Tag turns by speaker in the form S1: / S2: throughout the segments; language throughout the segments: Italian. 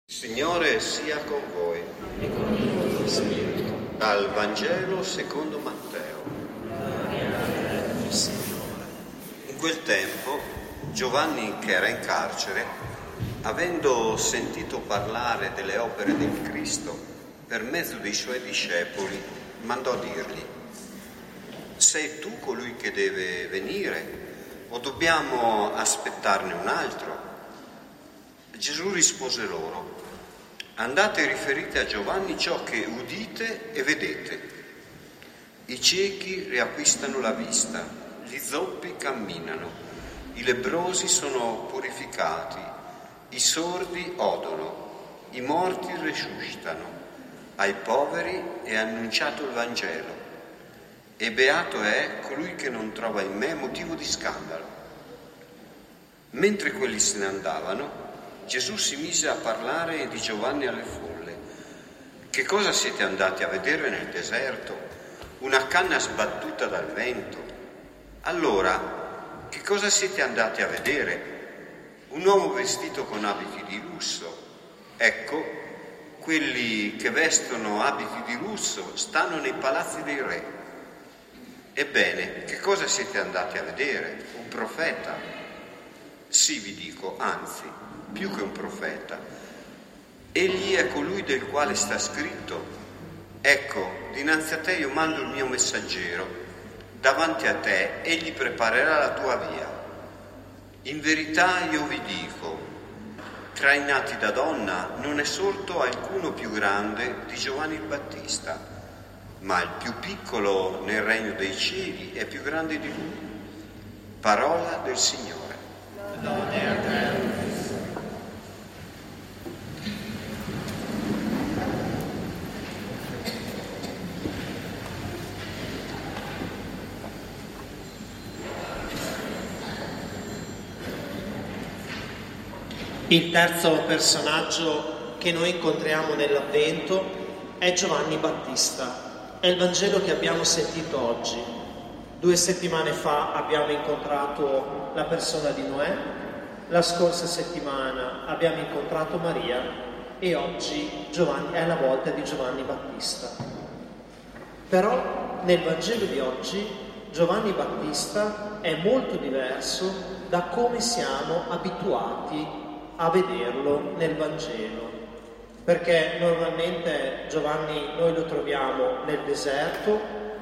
S1: Signore sia con voi.
S2: E con il tuo spirito.
S1: Dal Vangelo secondo Matteo. In quel tempo Giovanni, che era in carcere, avendo sentito parlare delle opere del Cristo per mezzo dei suoi discepoli, mandò a dirgli: sei tu colui che deve venire o dobbiamo aspettarne un altro? Gesù rispose loro: andate e riferite a Giovanni ciò che udite e vedete. I ciechi riacquistano la vista, gli zoppi camminano, i lebbrosi sono purificati, i sordi odono, i morti resuscitano, ai poveri è annunciato il Vangelo. E beato è colui che non trova in me motivo di scandalo. Mentre quelli se ne andavano, Gesù si mise a parlare di Giovanni alle folle. Che cosa siete andati a vedere nel deserto? Una canna sbattuta dal vento? Allora, che cosa siete andati a vedere? Un uomo vestito con abiti di lusso? Ecco, quelli che vestono abiti di lusso stanno nei palazzi dei re. Ebbene, che cosa siete andati a vedere? Un profeta? Sì, vi dico, anzi, più che un profeta. Egli è colui del quale sta scritto: ecco, dinanzi a te io mando il mio messaggero, davanti a te egli preparerà la tua via. In verità io vi dico, tra i nati da donna non è sorto alcuno più grande di Giovanni il Battista, ma il più piccolo nel regno dei cieli è più grande di lui. Parola del Signore.
S2: Lode a te. Il terzo personaggio che noi incontriamo nell'Avvento è Giovanni Battista. È il Vangelo che abbiamo sentito oggi. 2 settimane fa abbiamo incontrato la persona di Noè, la scorsa settimana abbiamo incontrato Maria e oggi è la volta di Giovanni Battista. Però nel Vangelo di oggi Giovanni Battista è molto diverso da come siamo abituati a vederlo nel Vangelo, perché normalmente Giovanni noi lo troviamo nel deserto,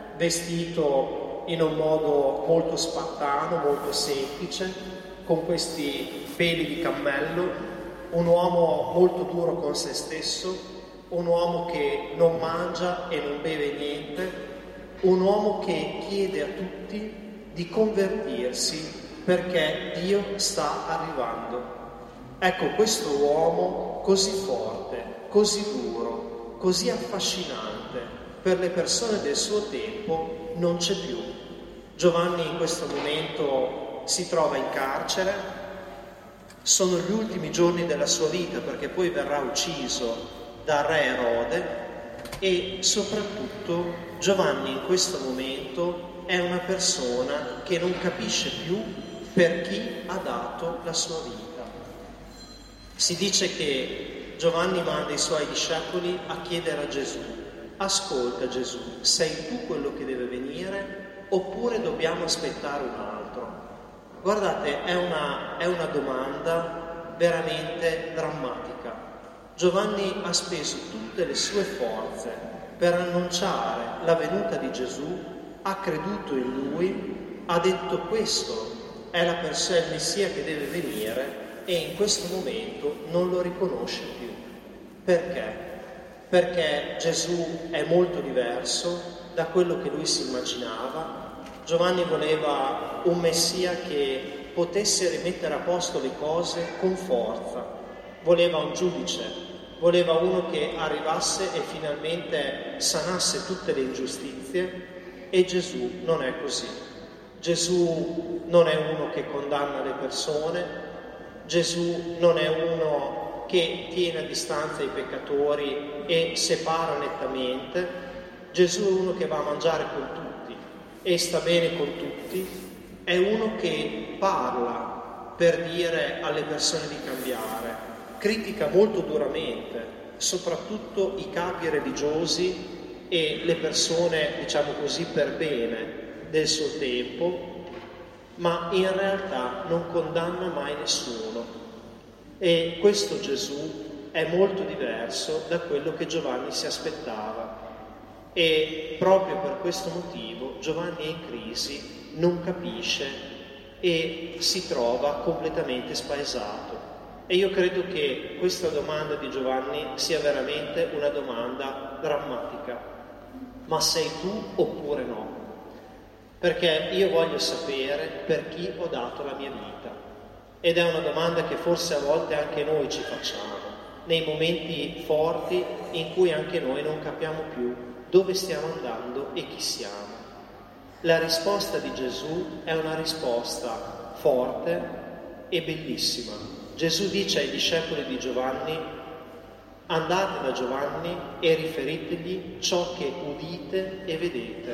S2: vestito in un modo molto spartano, molto semplice, con questi peli di cammello, un uomo molto duro con se stesso, un uomo che non mangia e non beve niente, un uomo che chiede a tutti di convertirsi perché Dio sta arrivando. Ecco, questo uomo così forte, così duro, così affascinante per le persone del suo tempo non c'è più. Giovanni in questo momento si trova in carcere, sono gli ultimi giorni della sua vita perché poi verrà ucciso da re Erode e soprattutto Giovanni in questo momento è una persona che non capisce più per chi ha dato la sua vita. Si dice che Giovanni manda i suoi discepoli a chiedere a Gesù: ascolta Gesù, sei tu quello che deve venire oppure dobbiamo aspettare un altro? Guardate, è una domanda veramente drammatica. Giovanni ha speso tutte le sue forze per annunciare la venuta di Gesù, ha creduto in lui, ha detto questo è il Messia che deve venire, e in questo momento non lo riconosce più. Perché? Perché Gesù è molto diverso da quello che lui si immaginava. Giovanni voleva un Messia che potesse rimettere a posto le cose con forza, voleva un giudice, voleva uno che arrivasse e finalmente sanasse tutte le ingiustizie, e Gesù non è così. Gesù non è uno che condanna le persone, Gesù non è uno che tiene a distanza i peccatori e separa nettamente. Gesù è uno che va a mangiare con tutti e sta bene con tutti, è uno che parla per dire alle persone di cambiare, critica molto duramente soprattutto i capi religiosi e le persone, diciamo così, per bene del suo tempo, ma in realtà non condanna mai nessuno. E questo Gesù è molto diverso da quello che Giovanni si aspettava. E proprio per questo motivo Giovanni è in crisi, non capisce e si trova completamente spaesato. E io credo che questa domanda di Giovanni sia veramente una domanda drammatica. Ma sei tu oppure no? Perché io voglio sapere per chi ho dato la mia vita. Ed è una domanda che forse a volte anche noi ci facciamo, nei momenti forti in cui anche noi non capiamo più dove stiamo andando e chi siamo. La risposta di Gesù è una risposta forte e bellissima. Gesù dice ai discepoli di Giovanni: andate da Giovanni e riferitegli ciò che udite e vedete.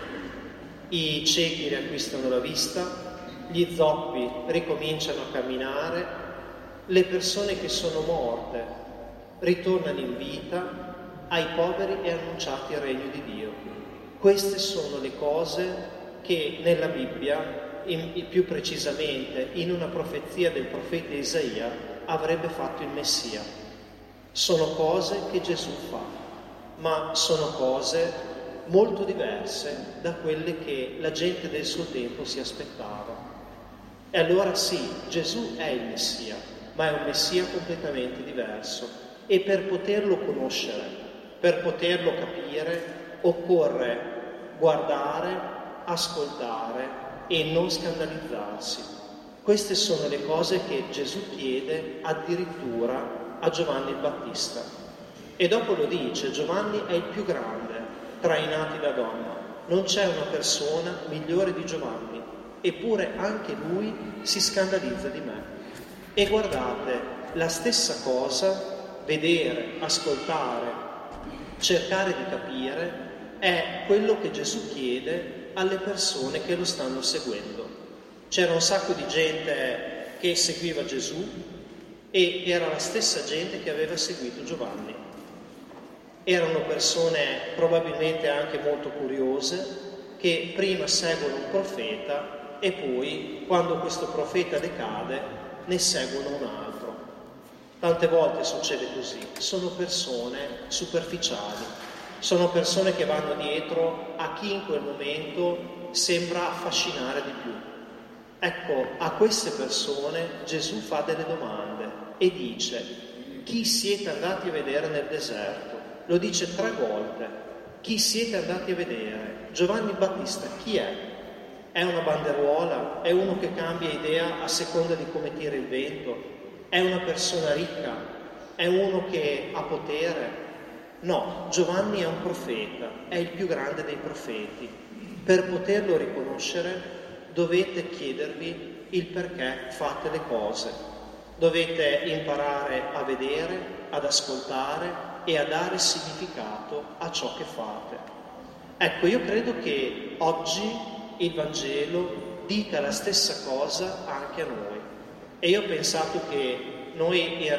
S2: I ciechi riacquistano la vista, gli zoppi ricominciano a camminare, le persone che sono morte ritornano in vita, ai poveri è annunciato il regno di Dio. Queste sono le cose che nella Bibbia, più precisamente in una profezia del profeta Isaia, avrebbe fatto il Messia. Sono cose che Gesù fa, ma sono cose molto diverse da quelle che la gente del suo tempo si aspettava. E allora sì, Gesù è il Messia, ma è un Messia completamente diverso. E per poterlo conoscere, per poterlo capire, occorre guardare, ascoltare e non scandalizzarsi. Queste sono le cose che Gesù chiede addirittura a Giovanni il Battista. E dopo lo dice: Giovanni è il più grande tra i nati da donna, non c'è una persona migliore di Giovanni, eppure anche lui si scandalizza di me. E guardate, la stessa cosa, vedere, ascoltare, cercare di capire, è quello che Gesù chiede alle persone che lo stanno seguendo. C'era un sacco di gente che seguiva Gesù e era la stessa gente che aveva seguito Giovanni. Erano persone probabilmente anche molto curiose, che prima seguono un profeta e poi, quando questo profeta decade, ne seguono un altro. Tante volte succede così, sono persone superficiali. Sono persone che vanno dietro a chi in quel momento sembra affascinare di più. Ecco, a queste persone Gesù fa delle domande e dice: chi siete andati a vedere nel deserto? Lo dice 3 volte. Chi siete andati a vedere? Giovanni Battista chi è? È una banderuola? È uno che cambia idea a seconda di come tira il vento? È una persona ricca? È uno che ha potere? No, Giovanni è un profeta, è il più grande dei profeti. Per poterlo riconoscere dovete chiedervi il perché fate le cose. Dovete imparare a vedere, ad ascoltare e a dare significato a ciò che fate. Ecco, io credo che oggi il Vangelo dica la stessa cosa anche a noi. E io ho pensato che noi in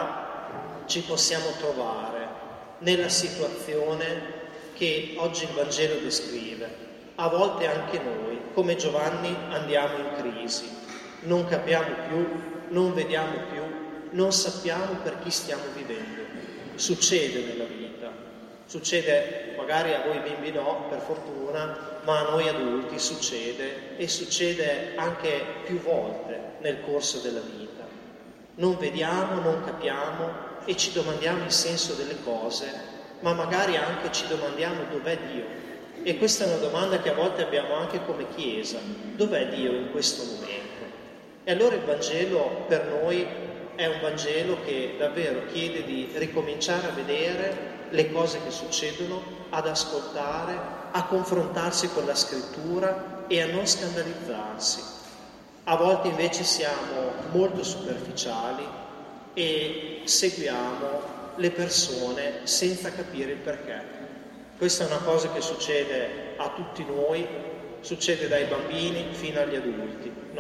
S2: realtà ci possiamo trovare nella situazione che oggi il Vangelo descrive. A volte anche noi, come Giovanni, andiamo in crisi, non capiamo più, non vediamo più, non sappiamo per chi stiamo vivendo. Succede nella vita, succede magari a voi bimbi no, per fortuna, ma a noi adulti succede, e succede anche più volte nel corso della vita. Non vediamo, non capiamo e ci domandiamo il senso delle cose, ma magari anche ci domandiamo dov'è Dio. E questa è una domanda che a volte abbiamo anche come Chiesa: dov'è Dio in questo momento? E allora il Vangelo per noi è un Vangelo che davvero chiede di ricominciare a vedere le cose che succedono, ad ascoltare, a confrontarsi con la Scrittura e a non scandalizzarsi. A volte invece siamo molto superficiali e seguiamo le persone senza capire il perché. Questa è una cosa che succede a tutti noi, succede dai bambini fino agli adulti, no?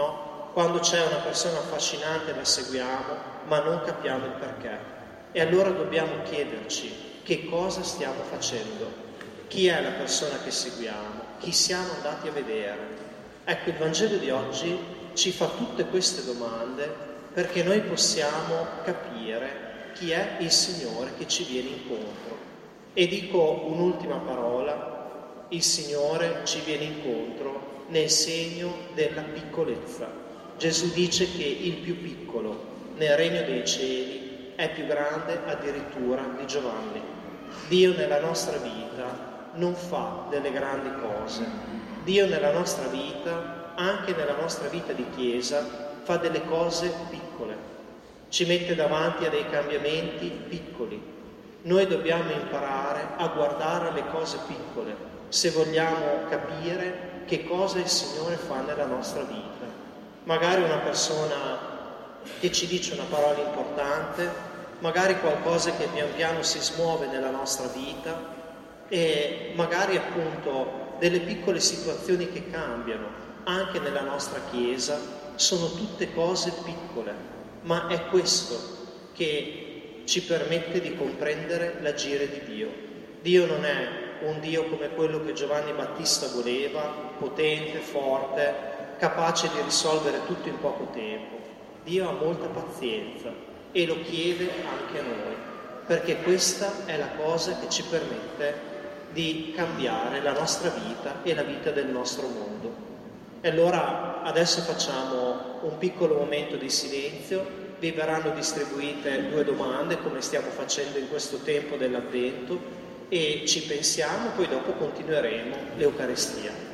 S2: quando c'è una persona affascinante la seguiamo, ma non capiamo il perché. E allora dobbiamo chiederci che cosa stiamo facendo, chi è la persona che seguiamo, chi siamo andati a vedere. Ecco, il Vangelo di oggi ci fa tutte queste domande perché noi possiamo capire chi è il Signore che ci viene incontro. E dico un'ultima parola: il Signore ci viene incontro nel segno della piccolezza. Gesù dice che il più piccolo nel regno dei cieli è più grande addirittura di Giovanni. Dio nella nostra vita non fa delle grandi cose. Dio nella nostra vita, anche nella nostra vita di Chiesa, fa delle cose piccole. Ci mette davanti a dei cambiamenti piccoli. Noi dobbiamo imparare a guardare alle cose piccole se vogliamo capire che cosa il Signore fa nella nostra vita. Magari una persona che ci dice una parola importante, magari qualcosa che pian piano si smuove nella nostra vita, e magari appunto delle piccole situazioni che cambiano anche nella nostra Chiesa. Sono tutte cose piccole, ma è questo che ci permette di comprendere l'agire di Dio. Dio non è un Dio come quello che Giovanni Battista voleva, potente, forte, capace di risolvere tutto in poco tempo. Dio ha molta pazienza e lo chiede anche a noi, perché questa è la cosa che ci permette di cambiare la nostra vita e la vita del nostro mondo. E allora adesso facciamo un piccolo momento di silenzio, vi verranno distribuite 2 domande come stiamo facendo in questo tempo dell'Avvento e ci pensiamo, poi dopo continueremo l'Eucaristia.